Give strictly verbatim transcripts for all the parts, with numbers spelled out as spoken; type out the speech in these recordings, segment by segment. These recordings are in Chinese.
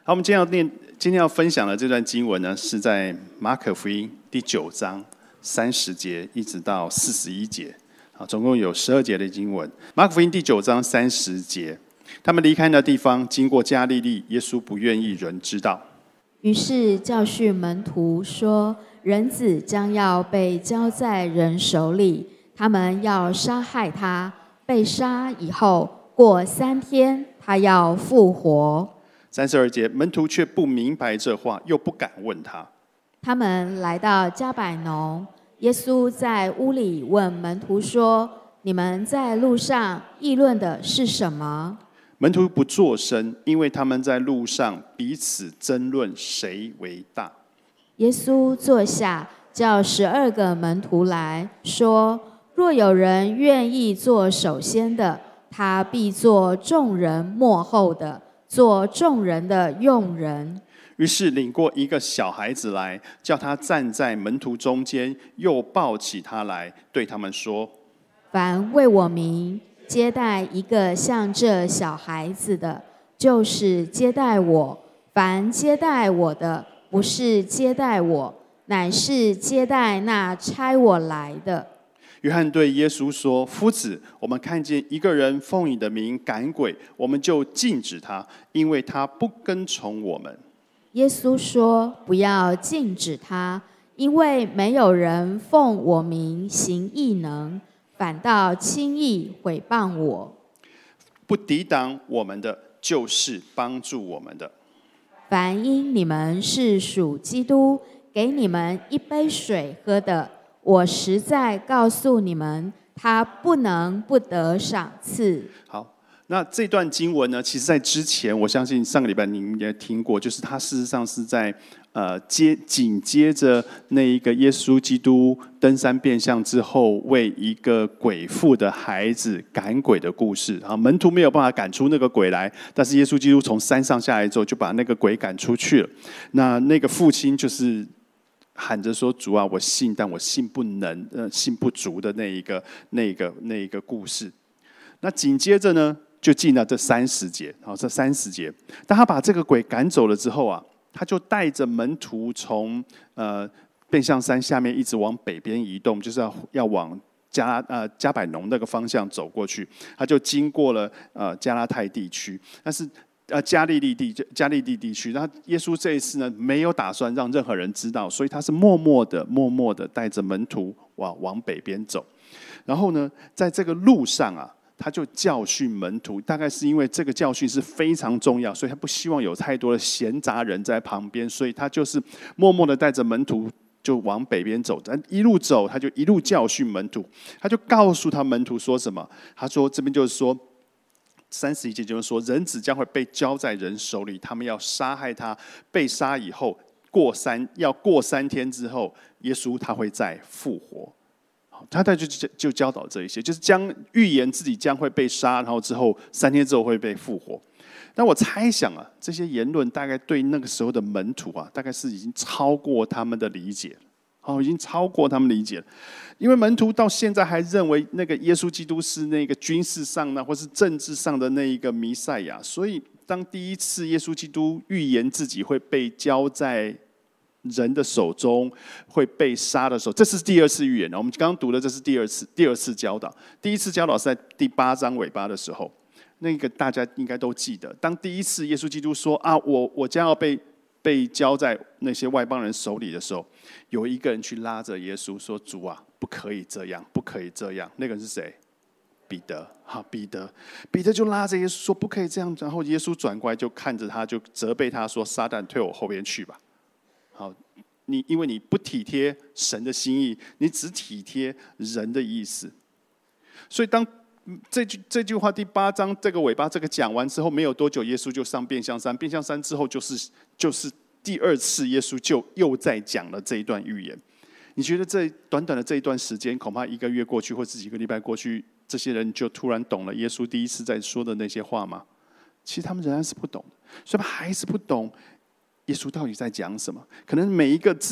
好，我们今天要念，今天要分享的这段经文呢，是在马可福音第九章三十节一直到四十一节，啊，总共有十二节的经文。马可福音第九章三十节，他们离开那地方，经过加利利，耶稣不愿意人知道， 于是教训门徒说：人子将要被交在人手里，他们要杀害他，被杀以后，过三天，他要复活。 三十二节，门徒却不明白这话，又不敢问他。 他们来到迦百农，耶稣在屋里问门徒说：你们在路上议论的是什么？ 门徒不作声，因为他们在路上彼此争论谁为大。 耶稣坐下，叫十二个门徒来说：若有人愿意做首先的，他必做众人末后的，做众人的用人。 于是领过一个小孩子来，叫他站在门徒中间，又抱起他来，对他们说： 凡为我名接待一个像这小孩子的，就是接待我；凡接待我的，不是接待我，乃是接待那差我来的。 约翰对耶稣说：夫子，我们看见一个人奉你的名赶鬼，我们就禁止他，因为他不跟从我们。 耶稣说：不要禁止他，因为没有人奉我名行异能，反倒轻易毁谤我。 不抵挡我们的，就是帮助我们的。 凡因你们是属基督，给你们一杯水喝的，我实在告诉你们，他不能不得赏赐。 好，那这段经文呢，其实在之前，我相信上个礼拜您也听过，就是它事实上是在呃接紧接着那一个耶稣基督登山变相之后，为一个鬼妇的孩子赶鬼的故事。啊，门徒没有办法赶出那个鬼来，但是耶稣基督从山上下来之后，就把那个鬼赶出去了。那那个父亲就是喊着说：主啊，我信，但我信不能，呃，信不足的那一个、那一个、那一个故事。那紧接着呢，就进了这三十节。好，这三十节，当他把这个鬼赶走了之后啊，他就带着门徒从呃变相山下面一直往北边移动，就是要要往加呃迦百农那个方向走过去。他就经过了呃加拉太地区，但是呃加利利地加利利地区。那耶稣这一次呢，没有打算让任何人知道，所以他是默默的、默默的带着门徒往往北边走。然后呢，在这个路上啊，他就教训门徒，大概是因为这个教训是非常重要，所以他不希望有太多的闲杂人在旁边，所以他就是默默的带着门徒就往北边走。但一路走，他就一路教训门徒，他就告诉他门徒说什么？他说这边就是说，三十一节就是说，人子将会被交在人手里，他们要杀害他，被杀以后，过三要过三天之后，耶稣他会再复活。他他就就教导这一些，就是将预言自己将会被杀，然后之后三天之后会被复活。但我猜想啊，这些言论大概对那个时候的门徒啊，大概是已经超过他们的理解，哦，已经超过他们理解了。因为门徒到现在还认为那个耶稣基督是那个军事上呢，或是政治上的那一个弥赛亚，所以当第一次耶稣基督预言自己会被交在人的手中会被杀的时候，这是第二次预言。我们刚刚读的这是第二次第二次教导，第一次教导是在第八章尾巴的时候，那个大家应该都记得。当第一次耶稣基督说啊，我我将要被被交在那些外邦人手里的时候，有一个人去拉着耶稣说：“主啊，不可以这样，不可以这样。”那个人是谁？彼得。好，彼得，彼得就拉着耶稣说：“不可以这样。”然后耶稣转过来就看着他，就责备他说：“撒旦，退我后边去吧。”好，你因为你不体贴神的心意，你只体贴人的意思，所以当这句这句话第八章这个尾巴这个讲完之后，没有多久，耶稣就上变相山。变相山之后，就是就是第二次，耶稣就又在讲了这一段预言。你觉得这短短的这一段时间，恐怕一个月过去，或是几个礼拜过去，这些人就突然懂了耶稣第一次在说的那些话吗？其实他们仍然是不懂的，所以他们还是不懂耶稣到底在讲什么？可能每一个字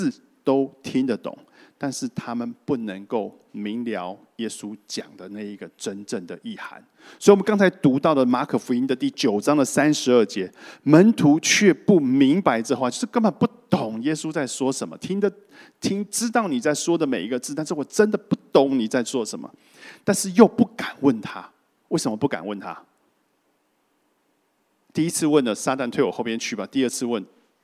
都听得懂，但是他们不能够明了耶稣讲的那一个真正的意涵。所以我们刚才读到的马可福音的第九章的三十二节，门徒却不明白这话，就是根本不懂耶稣在说什么，听得听知道你在说的每一个字，但是我真的不懂你在做什么，但是又不敢问他。为什么不敢问他？第一次问了，撒旦退我后边去吧。第二次问，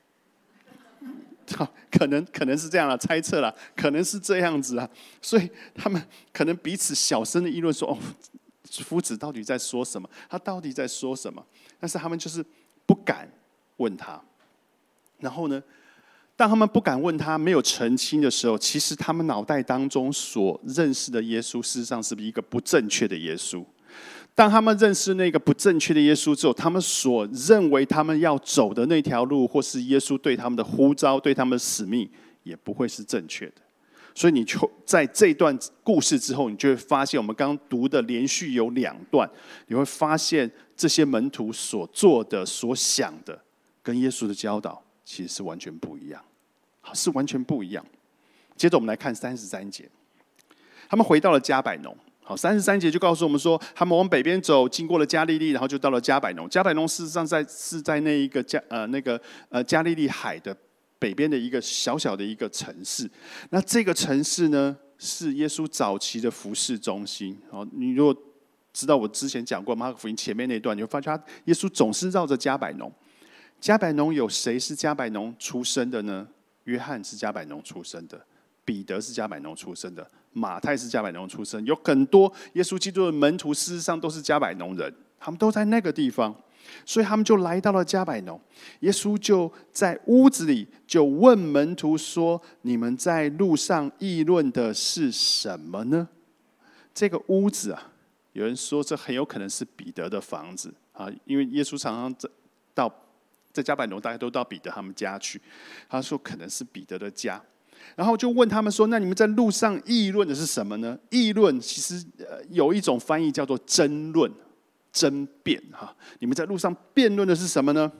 可能可能是这样啦，猜测啦，可能是这样子啊。所以他们可能彼此小声的议论说：“哦，夫子到底在说什么？他到底在说什么？”但是他们就是不敢问他。然后呢，当他们不敢问他，没有澄清的时候，其实他们脑袋当中所认识的耶稣，事实上是一个不正确的耶稣。当他们认识那个不正确的耶稣之后，他们所认为他们要走的那条路，或是耶稣对他们的呼召、对他们的使命，也不会是正确的。所以你就在这段故事之后，你就会发现，我们刚刚读的连续有两段，你会发现这些门徒所做的、所想的，跟耶稣的教导其实是完全不一样，是完全不一样。接着我们来看三十三节，他们回到了加百农。好，三十三节就告诉我们说，他们往北边走，经过了加利利，然后就到了加百农。加百农事实上在是在那一个加呃那个呃加利利海的北边的一个小小的一个城市。那这个城市呢，是耶稣早期的服事中心。好，你如果知道我之前讲过马可福音前面那段，你会发现他耶稣总是绕着加百农。加百农有谁是加百农出生的呢？约翰是加百农出生的，彼得是加百农出生的，马太是加百农出生，有很多耶稣基督的门徒事实上都是加百农人，他们都在那个地方，所以他们就来到了加百农。耶稣就在屋子里就问门徒说：“你们在路上议论的是什么呢？”这个屋子啊，有人说这很有可能是彼得的房子啊，因为耶稣常常到在加百农，大家都到彼得他们家去，他说可能是彼得的家。然后就问他们说：“那你们在路上议论的是什么呢？”议论其实有一种翻译叫做争论、争辩哈。你们在路上辩论的是什么呢？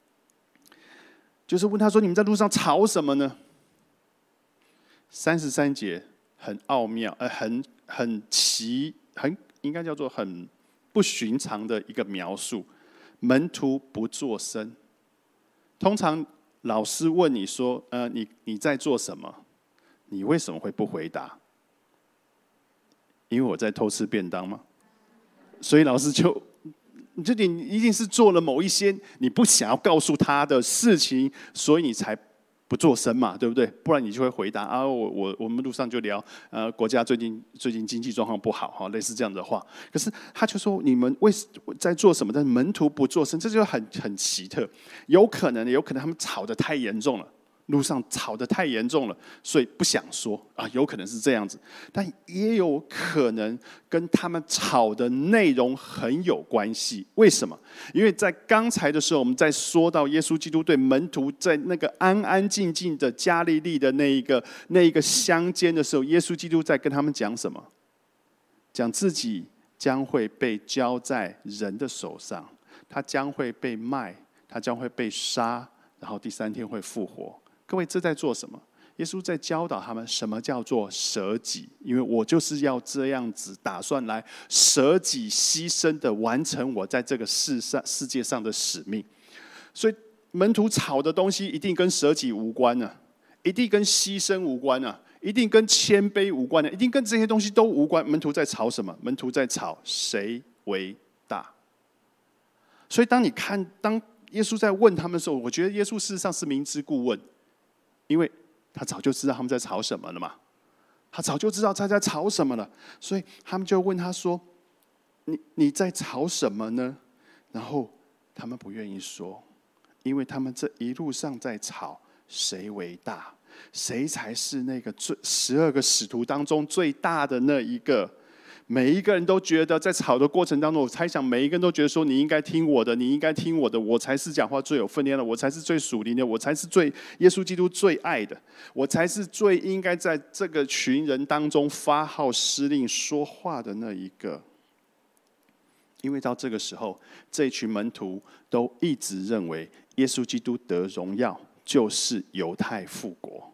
就是问他说：“你们在路上吵什么呢？”三十三节很奥妙，呃，很很奇，很应该叫做很不寻常的一个描述。门徒不作声。通常老师问你说：“呃，你你在做什么？”你为什么会不回答？因为我在偷吃便当吗？所以老师就，就你一定是做了某一些你不想要告诉他的事情，所以你才不做声嘛，对不对？不然你就会回答啊，我我我们路上就聊，呃，国家最近最近经济状况不好哈，类似这样的话。可是他就说你们为在做什么？但门徒不做声，这就很很奇特。有可能，有可能他们吵得太严重了。路上吵得太严重了，所以不想说啊，有可能是这样子，但也有可能跟他们吵的内容很有关系。为什么？因为在刚才的时候，我们在说到耶稣基督对门徒在那个安安静静的加利利的那一个那一个乡间的时候，耶稣基督在跟他们讲什么？讲自己将会被交在人的手上，他将会被卖，他将会被杀，然后第三天会复活。各位，这在做什么？耶稣在教导他们什么叫做舍己，因为我就是要这样子打算来舍己牺牲的完成我在这个世上世界上的使命。所以门徒吵的东西一定跟舍己无关啊，一定跟牺牲无关啊，一定跟谦卑无关的、啊，一定跟这些东西都无关。门徒在吵什么？门徒在吵谁为大。所以当你看，当耶稣在问他们的时候，我觉得耶稣事实上是明知故问。因为他早就知道他们在吵什么了嘛，他早就知道他在吵什么了，所以他们就问他说：“你你在吵什么呢？”然后他们不愿意说，因为他们这一路上在吵谁为大，谁才是那个最十二个使徒当中最大的那一个。每一个人都觉得，在吵的过程当中，我猜想每一个人都觉得说：“你应该听我的，你应该听我的，我才是讲话最有分量的，我才是最属灵的，我才是最耶稣基督最爱的，我才是最应该在这个群人当中发号施令说话的那一个。”因为到这个时候，这一群门徒都一直认为耶稣基督得荣耀就是犹太复国，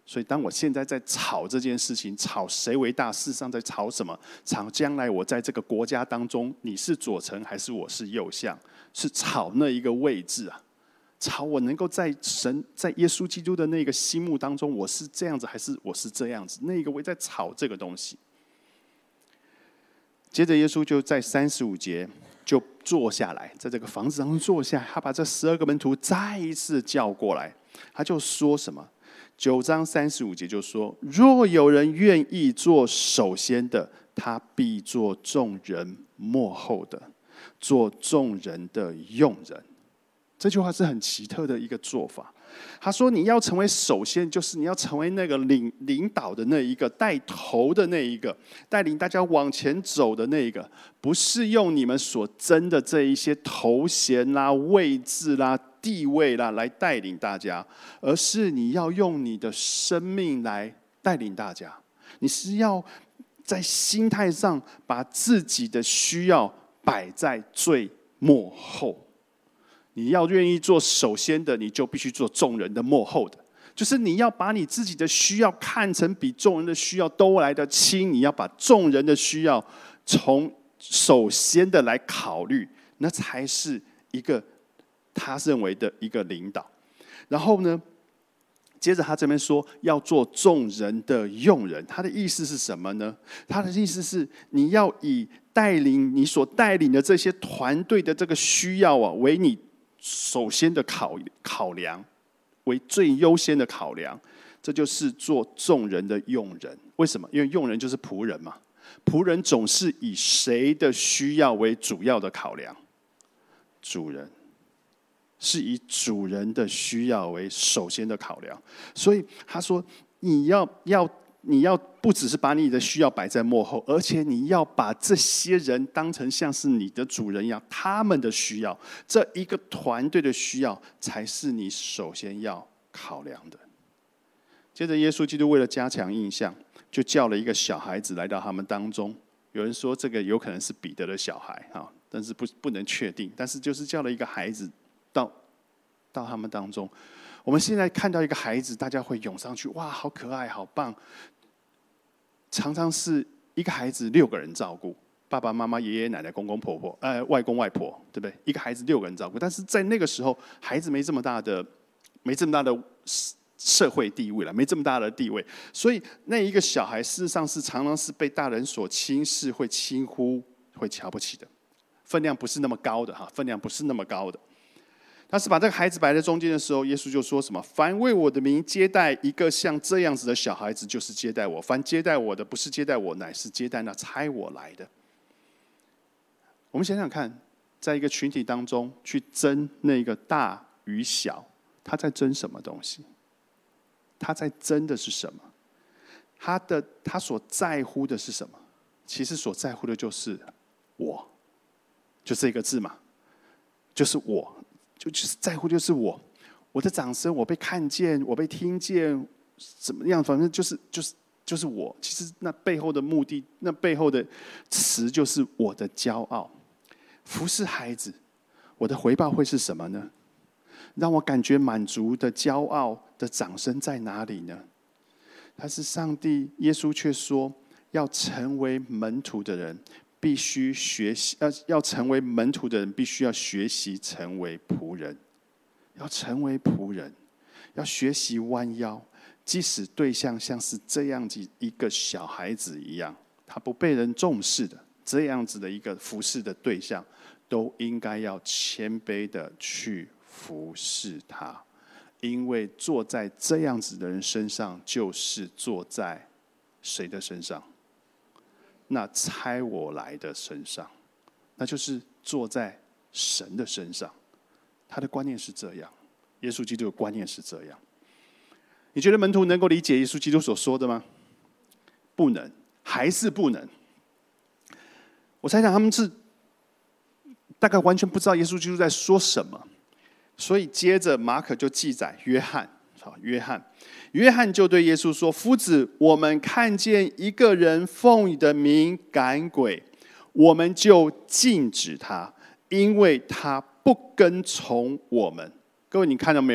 所以当我现在在吵这件事情，吵谁为大，事实上在吵什么？吵将来我在这个国家当中，你是左丞还是我是右相？是吵那一个位置啊，吵我能够在神在耶稣基督的那个心目当中，我是这样子还是我是这样子？那个我在吵这个东西。接着耶稣就在三十五节就坐下来，在这个房子当中坐下，他把这十二个门徒再一次叫过来，他就说什么？九章三十五节就说：若有人愿意做首先的，他必做众人末后的，做众人的用人。这句话是很奇特的一个做法。他说：你要成为首先，就是你要成为那个领领导的那一个，带头的那一个，带领大家往前走的那一个，不是用你们所争的这一些头衔啦、位置啦、地位啦来带领大家，而是你要用你的生命来带领大家。你是要在心态上把自己的需要摆在最末后。你要愿意做首先的，你就必须做众人的末后的。就是你要把你自己的需要看成比众人的需要都来得轻，你要把众人的需要从首先的来考虑，那才是一个他认为的一个领导。然后呢，接着他这边说要做众人的用人，他的意思是什么呢？他的意思是你要以带领你所带领的这些团队的这个需要啊，为你首先的考考量，为最优先的考量，这就是做众人的用人。为什么？因为用人就是仆人嘛，仆人总是以谁的需要为主要的考量？主人，是以主人的需要为首先的考量。所以他说，你要要。你要不只是把你的需要摆在幕后，而且你要把这些人当成像是你的主人一样，他们的需要，这一个团队的需要，才是你首先要考量的。接着，耶稣基督为了加强印象，就叫了一个小孩子来到他们当中。有人说这个有可能是彼得的小孩哈，但是不不能确定。但是就是叫了一个孩子到到他们当中。我们现在看到一个孩子，大家会涌上去，哇，好可爱，好棒。常常是一个孩子六个人照顾，爸爸妈妈、爷爷奶奶、公公婆婆、呃外公外婆，对不对？一个孩子六个人照顾，但是在那个时候，孩子没这么大的、没这么大的社会地位了，没这么大的地位，所以那一个小孩事实上是常常是被大人所轻视、会轻忽、会瞧不起的，分量不是那么高的哈，分量不是那么高的。但是把这个孩子摆在中间的时候，耶稣就说什么：凡为我的名接待一个像这样子的小孩子，就是接待我；凡接待我的，不是接待我，乃是接待那差我来的。我们想想看，在一个群体当中去争那个大与小，他在争什么东西？他在争的是什么？他的他所在乎的是什么？其实所在乎的就是我，就这个字嘛，就是我。就就是在乎就是我，我的掌声，我被看见，我被听见，怎么样？反正就是就是就是我。其实那背后的目的，那背后的词就是我的骄傲。服侍孩子，我的回报会是什么呢？让我感觉满足的骄傲的掌声在哪里呢？他是上帝，耶稣却说，要成为门徒的人。必须学习，要要成为门徒的人，必须要学习成为仆人。要成为仆人，要学习弯腰，即使对象像是这样子一个小孩子一样，他不被人重视的这样子的一个服侍的对象，都应该要谦卑的去服侍他，因为坐在这样子的人身上，就是坐在谁的身上？那差我来的身上，那就是坐在神的身上。他的观念是这样，耶稣基督的观念是这样。你觉得门徒能够理解耶稣基督所说的吗？不能，还是不能。我猜想他们是大概完全不知道耶稣基督在说什么，所以接着马可就记载约翰，好，约翰。约翰就对耶稣说：夫子，我们看见一个人奉你的名赶鬼，我们就禁止他，因为他不跟从我们。各位，你看到没有？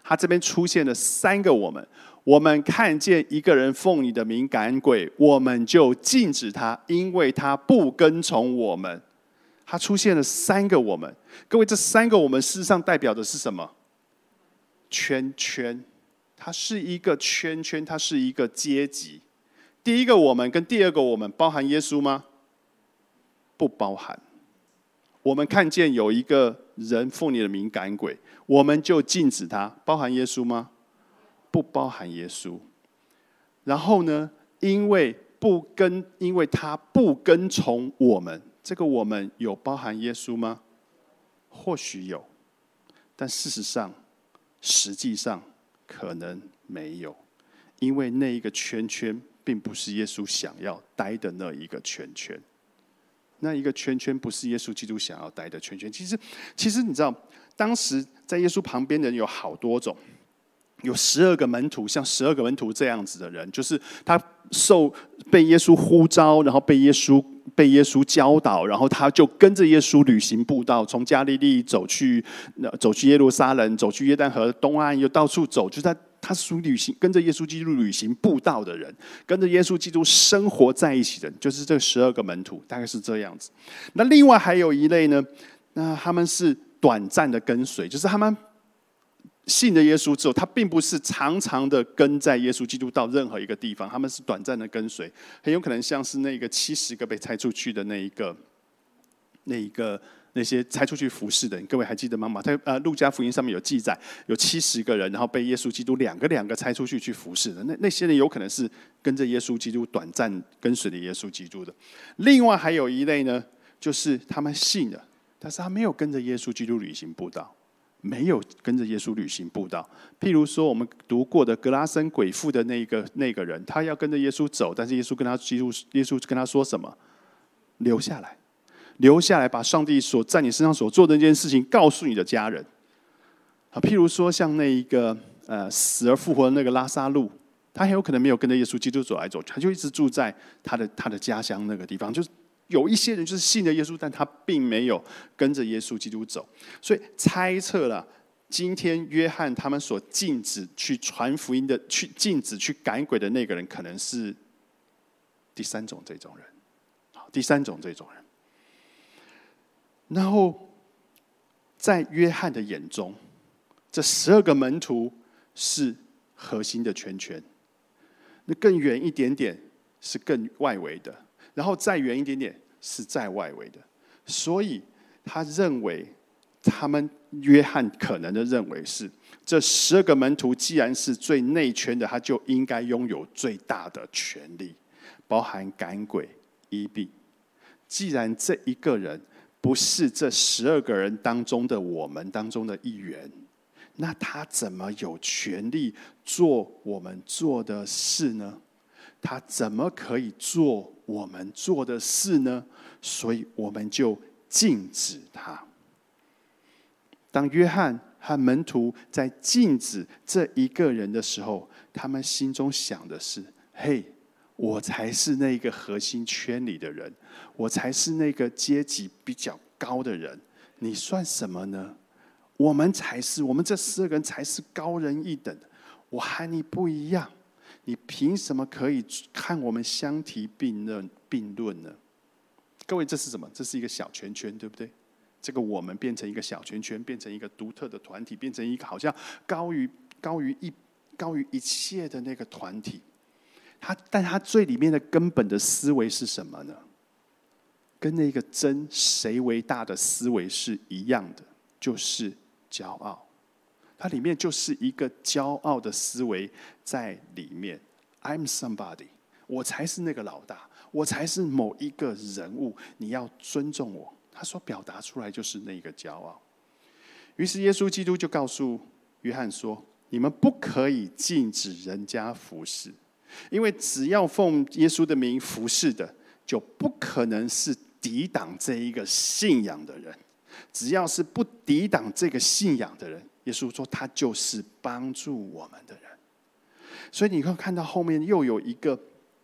他这边出现了三个我们。我们看见一个人奉你的名赶鬼，我们就禁止他，因为他不跟从我们。他出现了三个我们，各位，这三个我们事实上代表的是什么？圈圈，它是一个圈圈，它是一个阶级。第一个我们跟第二个我们包含耶稣吗？不包含。我们看见有一个人奉你的名赶鬼，我们就禁止他，包含耶稣吗？不包含耶稣。然后呢，因为不跟，因为他不跟从我们，这个我们有包含耶稣吗？或许有，但事实上，实际上可能没有，因为那一个圈圈并不是耶稣想要待的那一个圈圈。那一个圈圈不是耶稣基督想要待的圈圈。其实，其实你知道，当时在耶稣旁边的人有好多种。有十二个门徒，像十二个门徒这样子的人，就是他受被耶稣呼召，然后被耶稣被耶稣教导，然后他就跟着耶稣旅行步道，从加利利走去走去耶路撒冷，走去约旦河东岸，又到处走，就是他他是属于旅行跟着耶稣基督旅行步道的人，跟着耶稣基督生活在一起的人，就是这十二个门徒，大概是这样子。那另外还有一类呢，那他们是短暂的跟随，就是他们信了耶稣之后，他并不是常常的跟在耶稣基督到任何一个地方，他们是短暂的跟随，很有可能像是那个七十个被拆出去的那一个、那一个那些拆出去服侍的人。各位还记得吗？马太呃路加福音上面有记载，有七十个人，然后被耶稣基督两个两个拆出去去服侍的。那那些人有可能是跟着耶稣基督短暂跟随的耶稣基督的。另外还有一类呢，就是他们信了，但是他没有跟着耶稣基督旅行步道。没有跟着耶稣旅行步道，譬如说我们读过的格拉森鬼妇的那个那个人，他要跟着耶稣走，但是耶稣跟他基督，耶稣跟他说什么？留下来，留下来，把上帝所在你身上所做的那件事情告诉你的家人。啊，譬如说像那一个呃死而复活的那个拉撒路，他很有可能没有跟着耶稣基督走来走去，他就一直住在他的他的家乡那个地方，就是。有一些人就是信了耶稣，但他并没有跟着耶稣基督走，所以猜测了今天约翰他们所禁止去传福音的、去禁止去赶鬼的那个人，可能是第三种这种人。第三种这种人。然后在约翰的眼中，这十二个门徒是核心的圈圈，那更远一点点是更外围的。然后再远一点点是在外围的，所以他认为，他们约翰可能的认为是，这十二个门徒既然是最内圈的，他就应该拥有最大的权力，包含赶鬼、医病。既然这一个人不是这十二个人当中的我们当中的一员，那他怎么有权利做我们做的事呢？他怎么可以做我们做的事呢？所以我们就禁止他。当约翰和门徒在禁止这一个人的时候，他们心中想的是：嘿，我才是那个核心圈里的人，我才是那个阶级比较高的人，你算什么呢？我们才是，我们这十二个人才是高人一等的，我和你不一样。你凭什么可以看我们相提并论并论呢？各位，这是什么？这是一个小圈圈，对不对？这个我们变成一个小圈圈，变成一个独特的团体，变成一个好像高于高于一高于一切的那个团体。他，但他最里面的根本的思维是什么呢？跟那个争谁为大的思维是一样的，就是骄傲。它里面就是一个骄傲的思维在里面。I'm somebody， 我才是那个老大，我才是某一个人物，你要尊重我。他所表达出来就是那个骄傲。于是耶稣基督就告诉约翰说：“你们不可以禁止人家服侍，因为只要奉耶稣的名服侍的，就不可能是抵挡这一个信仰的人。只要是不抵挡这个信仰的人，耶稣说他就是帮助我们的人。”所以你会看到后面又有一个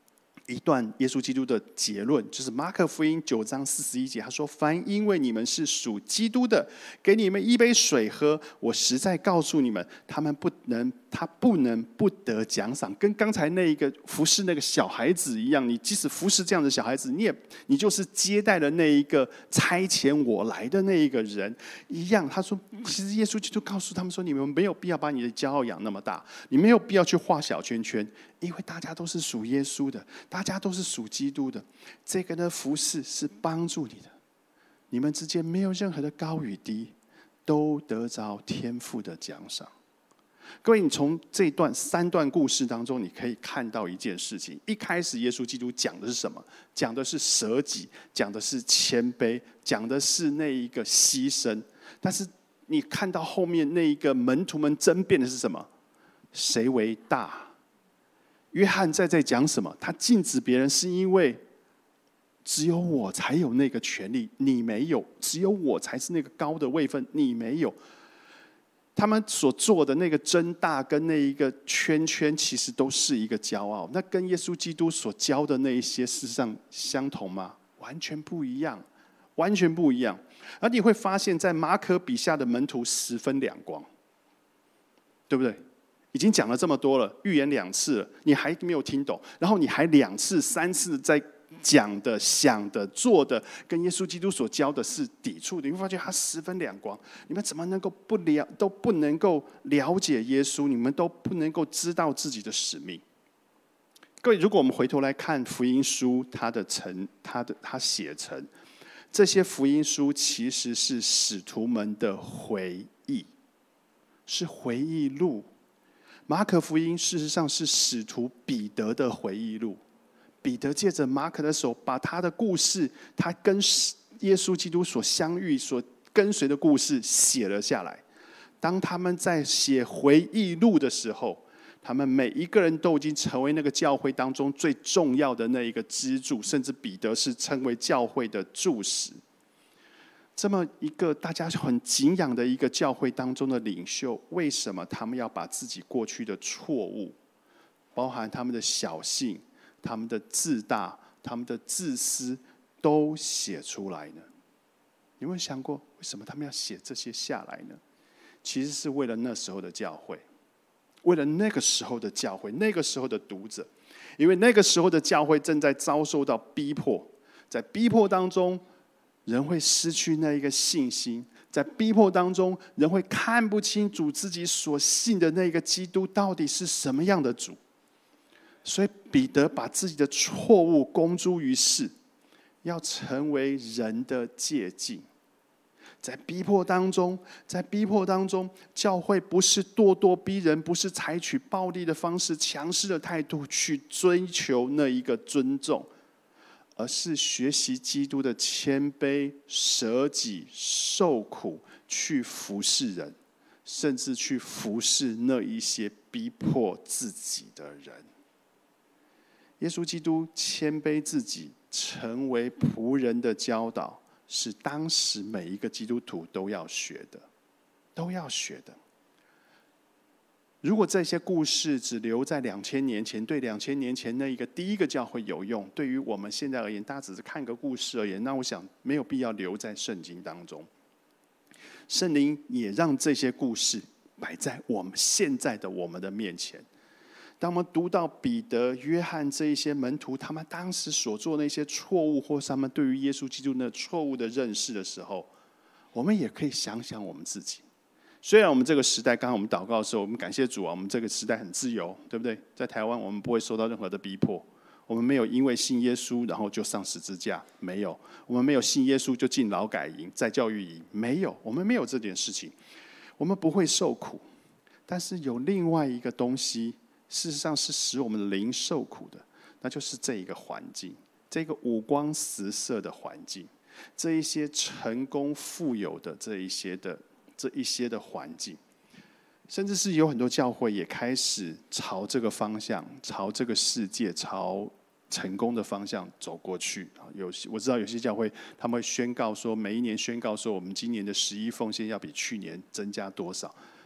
一段耶稣基督的结论，就是马可福音九章四十一节，他说：“凡因为你们是属基督的，给你们一杯水喝，我实在告诉你们，他们不能，他不能不得奖赏。”跟刚才那一个服侍那个小孩子一样，你即使服侍这样的小孩子，你也你就是接待了那一个差遣我来的那一个人一样。他说，其实耶稣基督告诉他们说：“你们没有必要把你的骄傲养那么大，你没有必要去画小圈圈，因为大家都是属耶稣的。”大家都是属基督的，这个的服事是帮助你的。你们之间没有任何的高与低，都得着天父的奖赏。各位，你从这段三段故事当中，你可以看到一件事情：一开始耶稣基督讲的是什么？讲的是舍己，讲的是谦卑，讲的是那一个牺牲。但是你看到后面那一个门徒们争辩的是什么？谁为大？约翰在在讲什么？他禁止别人是因为只有我才有那个权利，你没有；只有我才是那个高的位分，你没有。他们所做的那个争大跟那一个圈圈，其实都是一个骄傲。那跟耶稣基督所教的那一些，事实上相同吗？完全不一样，完全不一样。而你会发现在马可笔下的门徒十分两光，对不对？已经讲了这么多了，预言两次了，你还没有听懂，然后你还两次、三次在讲的、想的、做的，跟耶稣基督所教的是抵触的。你会发现他十分两光。你们怎么能够不了，都不能够了解耶稣？你们都不能够知道自己的使命？各位，如果我们回头来看福音书，它的成，它的它写成这些福音书，其实是使徒们的回忆，是回忆录。马可福音事实上是使徒彼得的回忆录，彼得借着马可的手，把他的故事，他跟耶稣基督所相遇、所跟随的故事写了下来。当他们在写回忆录的时候，他们每一个人都已经成为那个教会当中最重要的那一个支柱，甚至彼得是称为教会的柱石。这么一个大家很敬仰的一个教会当中的领袖，为什么他们要把自己过去的错误，包含他们的小性、他们的自大、他们的自私，都写出来呢？有没有想过，为什么他们要写这些下来呢？其实是为了那时候的教会，为了那个时候的教会，那个时候的读者，因为那个时候的教会正在遭受到逼迫，在逼迫当中，人会失去那一个信心，在逼迫当中，人会看不清楚自己所信的那个基督到底是什么样的主。所以彼得把自己的错误公诸于世，要成为人的借鉴。在逼迫当中，在逼迫当中，教会不是咄咄逼人，不是采取暴力的方式、强势的态度去追求那一个尊重，而是学习基督的谦卑、舍己、受苦，去服侍人，甚至去服侍那一些逼迫自己的人。耶稣基督谦卑自己，成为仆人的教导，是当时每一个基督徒都要学的，都要学的。如果这些故事只留在两千年前，对两千年前那一个第一个教会有用，对于我们现在而言，大家只是看个故事而言，那我想没有必要留在圣经当中。圣灵也让这些故事摆在我们现在的我们的面前。当我们读到彼得、约翰这一些门徒，他们当时所做那些错误，或是他们对于耶稣基督那错误的认识的时候，我们也可以想想我们自己。虽然我们这个时代，刚刚我们祷告的时候，我们感谢主啊，我们这个时代很自由，对不对？在台湾，我们不会受到任何的逼迫，我们没有因为信耶稣然后就上十字架，没有；我们没有信耶稣就进劳改营、在教育营，没有，我们没有这件事情，我们不会受苦。但是有另外一个东西，事实上是使我们的灵受苦的，那就是这一个环境，这个五光十色的环境，这一些成功富有的这一些的这一些的环境，甚至是有很多教会也开始朝这个方向，朝这个世界，朝成功的方向走过去。有我知道有些教会他们会宣告说，每一年宣告说，我们今年的十一奉献要比去年增加多少。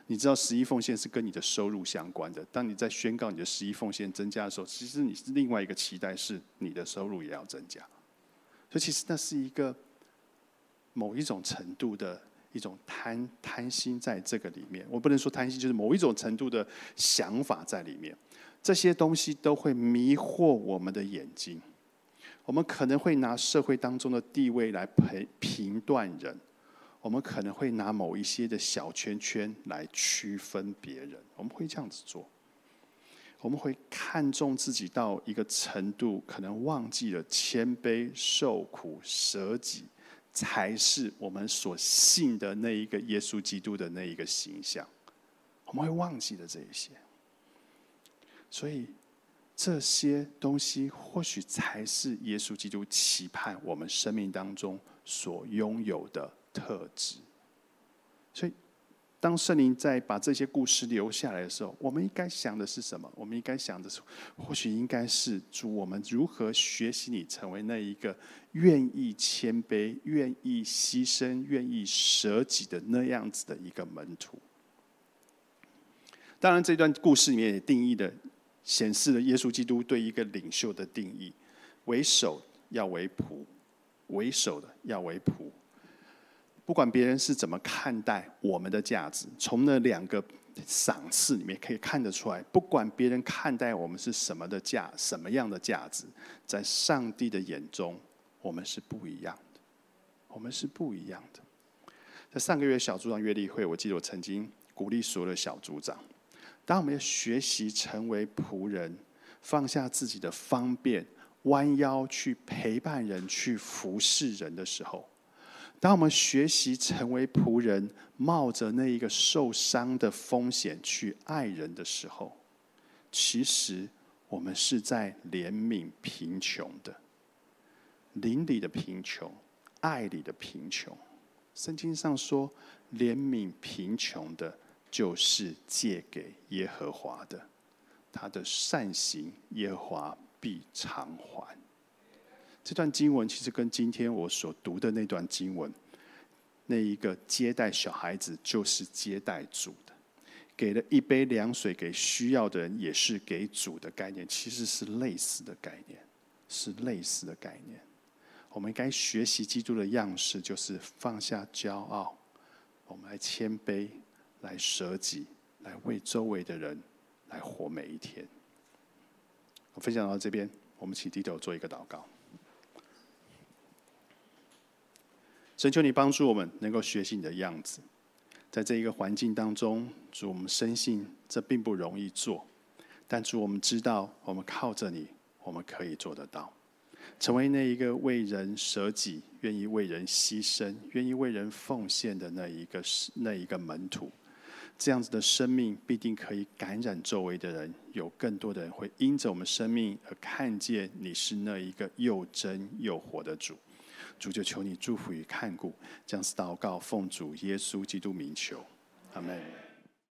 你知道十一奉献是跟你的收入相关的。当你在宣告你的十一奉献增加的时候，其实你是另外一个期待是你的收入也要增加。所以其实那是一个某一种程度的一种贪贪心在这个里面。我不能说贪心，就是某一种程度的想法在里面。这些东西都会迷惑我们的眼睛。我们可能会拿社会当中的地位来评断人，我们可能会拿某一些的小圈圈来区分别人，我们会这样子做。我们会看重自己到一个程度，可能忘记了谦卑、受苦、舍己，才是我们所信的那一个耶稣基督的那一个形象。我们会忘记了这一些，所以这些东西或许才是耶稣基督期盼我们生命当中所拥有的特质。所以当圣灵在把这些故事留下来的时候，我们应该想的是什么？我们应该想的是，或许应该是主，我们如何学习你成为那一个愿意谦卑、愿意牺牲、愿意舍己的那样子的一个门徒。当然这段故事里面也定义的显示了耶稣基督对一个领袖的定义：为首要为仆，为首的要为仆。不管别人是怎么看待我们的价值，从那两个赏赐里面可以看得出来，不管别人看待我们是什么的价，什么样的价值，在上帝的眼中，我们是不一样的。我们是不一样的。在上个月小组长月例会，我记得我曾经鼓励所有的小组长，当我们要学习成为仆人，放下自己的方便，弯腰去陪伴人，去服侍人的时候，当我们学习成为仆人，冒着那一个受伤的风险去爱人的时候，其实我们是在怜悯贫穷的，灵里的贫穷，爱里的贫穷。圣经上说，怜悯贫穷的就是借给耶和华的，他的善行耶和华必偿还。这段经文其实跟今天我所读的那段经文，那一个接待小孩子就是接待主的，给了一杯凉水给需要的人，也是给主的概念，其实是类似的概念，是类似的概念。我们该学习基督的样式，就是放下骄傲，我们来谦卑，来舍己，来为周围的人来活每一天。我分享到这边，我们请低头做一个祷告。神，求你帮助我们能够学习你的样子，在这一个环境当中，主，我们深信这并不容易做，但主，我们知道我们靠着你，我们可以做得到，成为那一个为人舍己、愿意为人牺牲、愿意为人奉献的那一个那一个门徒。这样子的生命必定可以感染周围的人，有更多的人会因着我们生命而看见你是那一个又真又活的主。主，就求你祝福与看顾，这样祷告奉主耶稣基督名求，阿们。